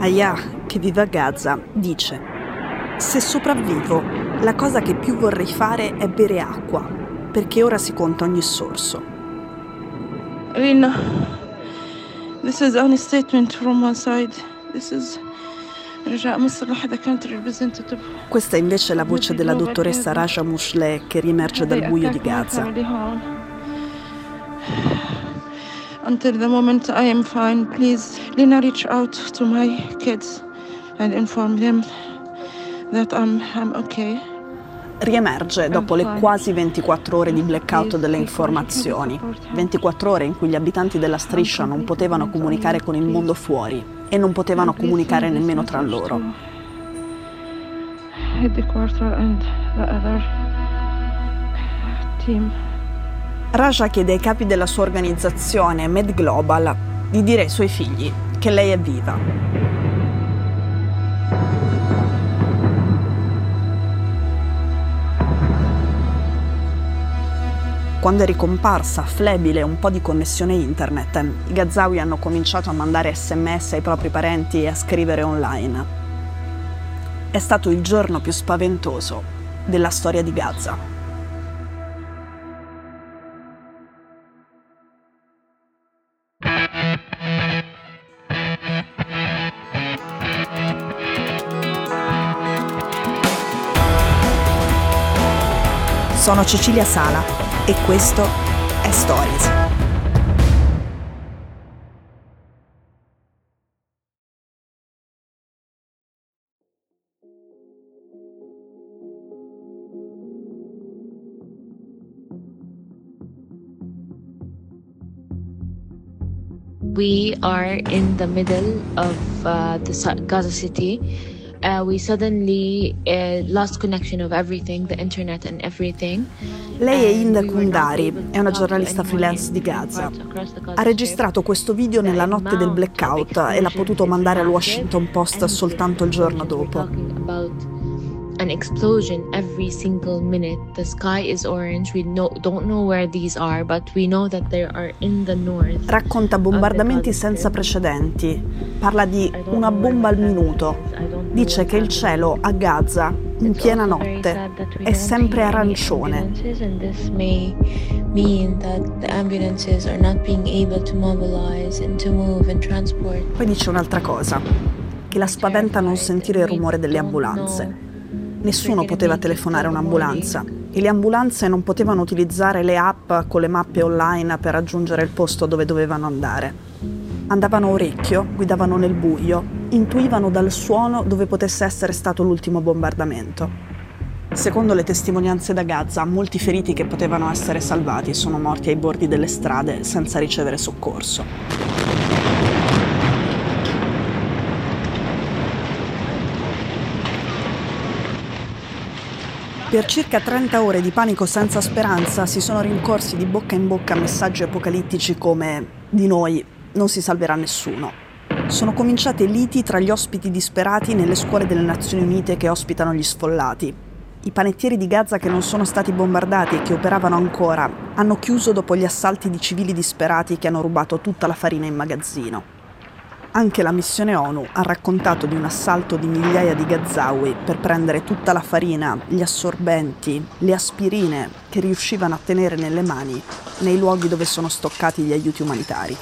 Aya, che vive a Gaza, dice: se sopravvivo, la cosa che più vorrei fare è bere acqua, perché ora si conta ogni sorso. Rina, this is only statement from one side. This is Questa è invece la voce della dottoressa Raja Mushleh che riemerge dal buio di Gaza. Until the moment I am fine, please, Lina, reach out to my kids and inform them that I'm okay. Riemerge dopo le quasi 24 ore di blackout delle informazioni, 24 ore in cui gli abitanti della striscia non potevano comunicare con il mondo fuori e non potevano comunicare nemmeno tra loro. Raja chiede ai capi della sua organizzazione, Med Global, di dire ai suoi figli che lei è viva. Quando è ricomparsa, flebile, un po' di connessione internet, i Gazawi hanno cominciato a mandare SMS ai propri parenti e a scrivere online. È stato il giorno più spaventoso della storia di Gaza. Sono Cecilia Sala e questo è Stories. We are in the middle of the Gaza City. We suddenly lost connection of everything, the internet and everything. Lei è Hinda Kundari, è una giornalista freelance di Gaza. Ha registrato questo video nella notte del blackout e l'ha potuto mandare al Washington Post soltanto il giorno dopo. An explosion every single minute. The sky is orange. We don't know where these are, but we know that they are in the north. Racconta bombardamenti senza precedenti. Parla di una bomba al minuto. Dice che il cielo a Gaza, in piena notte, è sempre arancione. Poi dice un'altra cosa, che la spaventa non sentire il rumore delle ambulanze. Nessuno poteva telefonare un'ambulanza e le ambulanze non potevano utilizzare le app con le mappe online per raggiungere il posto dove dovevano andare. Andavano a orecchio, guidavano nel buio, intuivano dal suono dove potesse essere stato l'ultimo bombardamento. Secondo le testimonianze da Gaza, molti feriti che potevano essere salvati sono morti ai bordi delle strade senza ricevere soccorso. Per circa 30 ore di panico senza speranza si sono rincorsi di bocca in bocca messaggi apocalittici come «Di noi non si salverà nessuno». Sono cominciate liti tra gli ospiti disperati nelle scuole delle Nazioni Unite che ospitano gli sfollati. I panettieri di Gaza che non sono stati bombardati e che operavano ancora hanno chiuso dopo gli assalti di civili disperati che hanno rubato tutta la farina in magazzino. Anche la missione ONU ha raccontato di un assalto di migliaia di Gazawi per prendere tutta la farina, gli assorbenti, le aspirine che riuscivano a tenere nelle mani nei luoghi dove sono stoccati gli aiuti umanitari.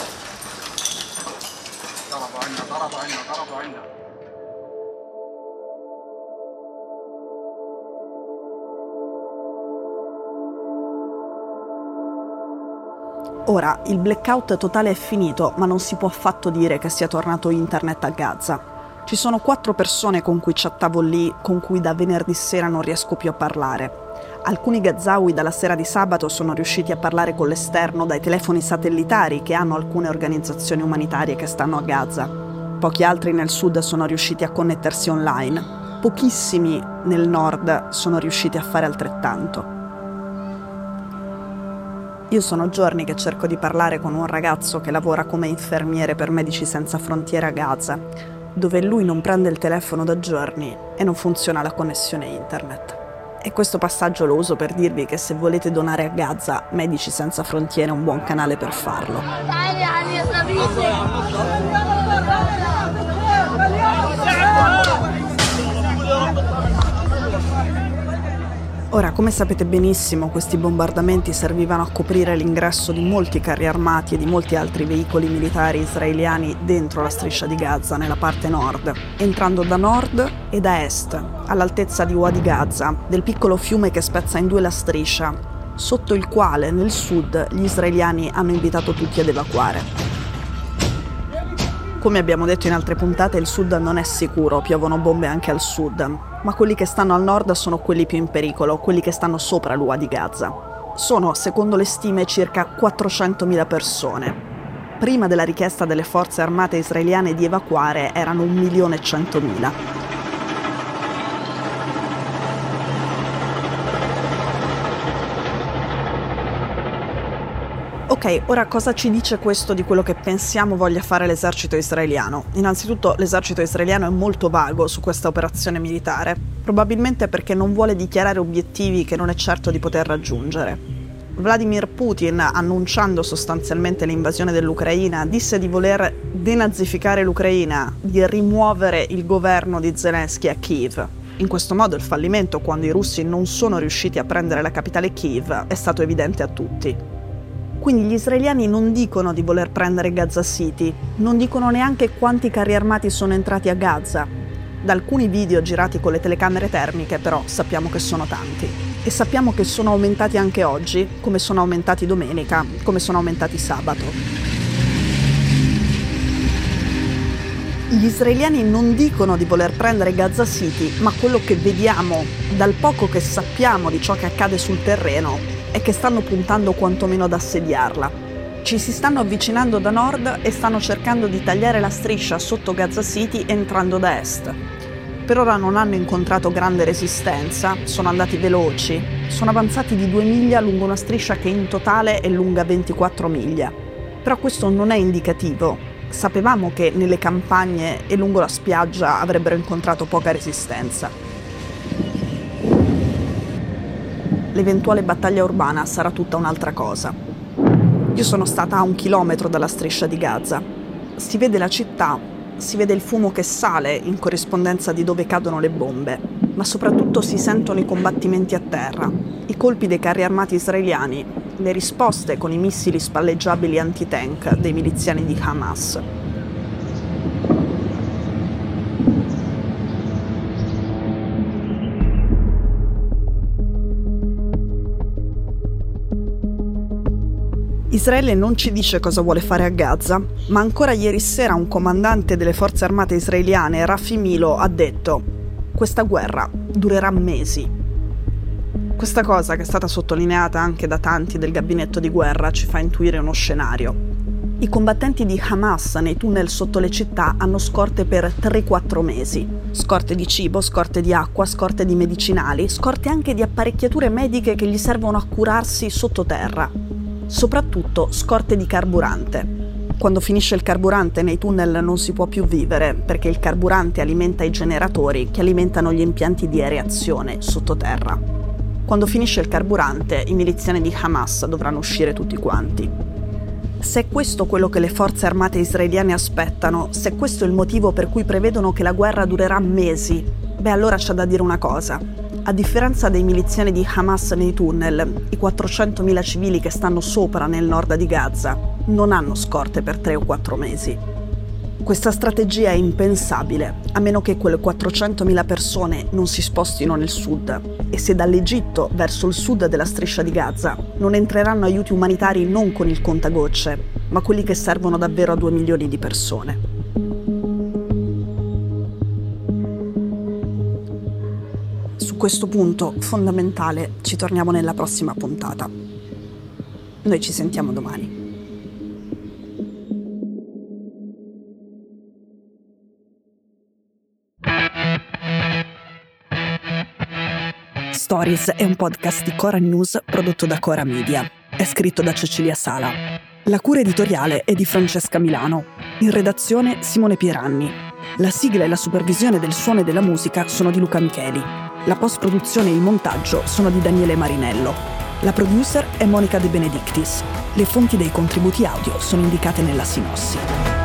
Ora, il blackout totale è finito, ma non si può affatto dire che sia tornato internet a Gaza. Ci sono 4 persone con cui chattavo lì, con cui da venerdì sera non riesco più a parlare. Alcuni Gazawi dalla sera di sabato sono riusciti a parlare con l'esterno dai telefoni satellitari che hanno alcune organizzazioni umanitarie che stanno a Gaza. Pochi altri nel sud sono riusciti a connettersi online. Pochissimi nel nord sono riusciti a fare altrettanto. Io sono giorni che cerco di parlare con un ragazzo che lavora come infermiere per Medici Senza Frontiere a Gaza, dove lui non prende il telefono da giorni e non funziona la connessione internet. E questo passaggio lo uso per dirvi che se volete donare a Gaza, Medici Senza Frontiere è un buon canale per farlo. Ora, come sapete benissimo, questi bombardamenti servivano a coprire l'ingresso di molti carri armati e di molti altri veicoli militari israeliani dentro la striscia di Gaza, nella parte nord, entrando da nord e da est, all'altezza di Wadi Gaza, del piccolo fiume che spezza in due la striscia, sotto il quale, nel sud, gli israeliani hanno invitato tutti ad evacuare. Come abbiamo detto in altre puntate, il sud non è sicuro, piovono bombe anche al sud, ma quelli che stanno al nord sono quelli più in pericolo, quelli che stanno sopra l'Ua di Gaza. Sono, secondo le stime, circa 400.000 persone. Prima della richiesta delle forze armate israeliane di evacuare erano 1.100.000. Ok, ora cosa ci dice questo di quello che pensiamo voglia fare l'esercito israeliano? Innanzitutto l'esercito israeliano è molto vago su questa operazione militare, probabilmente perché non vuole dichiarare obiettivi che non è certo di poter raggiungere. Vladimir Putin, annunciando sostanzialmente l'invasione dell'Ucraina, disse di voler denazificare l'Ucraina, di rimuovere il governo di Zelensky a Kiev. In questo modo il fallimento, quando i russi non sono riusciti a prendere la capitale Kiev, è stato evidente a tutti. Quindi gli israeliani non dicono di voler prendere Gaza City, non dicono neanche quanti carri armati sono entrati a Gaza. Da alcuni video girati con le telecamere termiche, però, sappiamo che sono tanti. E sappiamo che sono aumentati anche oggi, come sono aumentati domenica, come sono aumentati sabato. Gli israeliani non dicono di voler prendere Gaza City, ma quello che vediamo, dal poco che sappiamo di ciò che accade sul terreno, è che stanno puntando quantomeno ad assediarla. Ci si stanno avvicinando da nord e stanno cercando di tagliare la striscia sotto Gaza City entrando da est. Per ora non hanno incontrato grande resistenza, sono andati veloci, sono avanzati di 2 miglia lungo una striscia che in totale è lunga 24 miglia. Però questo non è indicativo. Sapevamo che nelle campagne e lungo la spiaggia avrebbero incontrato poca resistenza. L'eventuale battaglia urbana sarà tutta un'altra cosa. Io sono stata a 1 chilometro dalla striscia di Gaza. Si vede la città, si vede il fumo che sale in corrispondenza di dove cadono le bombe, ma soprattutto si sentono i combattimenti a terra, i colpi dei carri armati israeliani, le risposte con i missili spalleggiabili anti-tank dei miliziani di Hamas. Israele non ci dice cosa vuole fare a Gaza, ma ancora ieri sera un comandante delle forze armate israeliane, Rafi Milo, ha detto: questa guerra durerà mesi. Questa cosa, che è stata sottolineata anche da tanti del gabinetto di guerra, ci fa intuire uno scenario. I combattenti di Hamas nei tunnel sotto le città hanno scorte per 3-4 mesi. Scorte di cibo, scorte di acqua, scorte di medicinali, scorte anche di apparecchiature mediche che gli servono a curarsi sottoterra. Soprattutto scorte di carburante. Quando finisce il carburante nei tunnel non si può più vivere, perché il carburante alimenta i generatori che alimentano gli impianti di areazione sottoterra. Quando finisce il carburante, i miliziani di Hamas dovranno uscire tutti quanti. Se è questo quello che le forze armate israeliane aspettano, se questo è il motivo per cui prevedono che la guerra durerà mesi, beh, allora c'è da dire una cosa. A differenza dei miliziani di Hamas nei tunnel, i 400.000 civili che stanno sopra nel nord di Gaza non hanno scorte per 3 o 4 mesi. Questa strategia è impensabile, a meno che quelle 400.000 persone non si spostino nel sud, e se dall'Egitto verso il sud della striscia di Gaza non entreranno aiuti umanitari non con il contagocce, ma quelli che servono davvero a 2 milioni di persone. Su questo punto fondamentale ci torniamo nella prossima puntata. Noi ci sentiamo domani. Stories è un podcast di Cora News prodotto da Cora Media. È scritto da Cecilia Sala. La cura editoriale è di Francesca Milano. In redazione Simone Pieranni. La sigla e la supervisione del suono e della musica sono di Luca Micheli. La post-produzione e il montaggio sono di Daniele Marinello. La producer è Monica De Benedictis. Le fonti dei contributi audio sono indicate nella sinossi.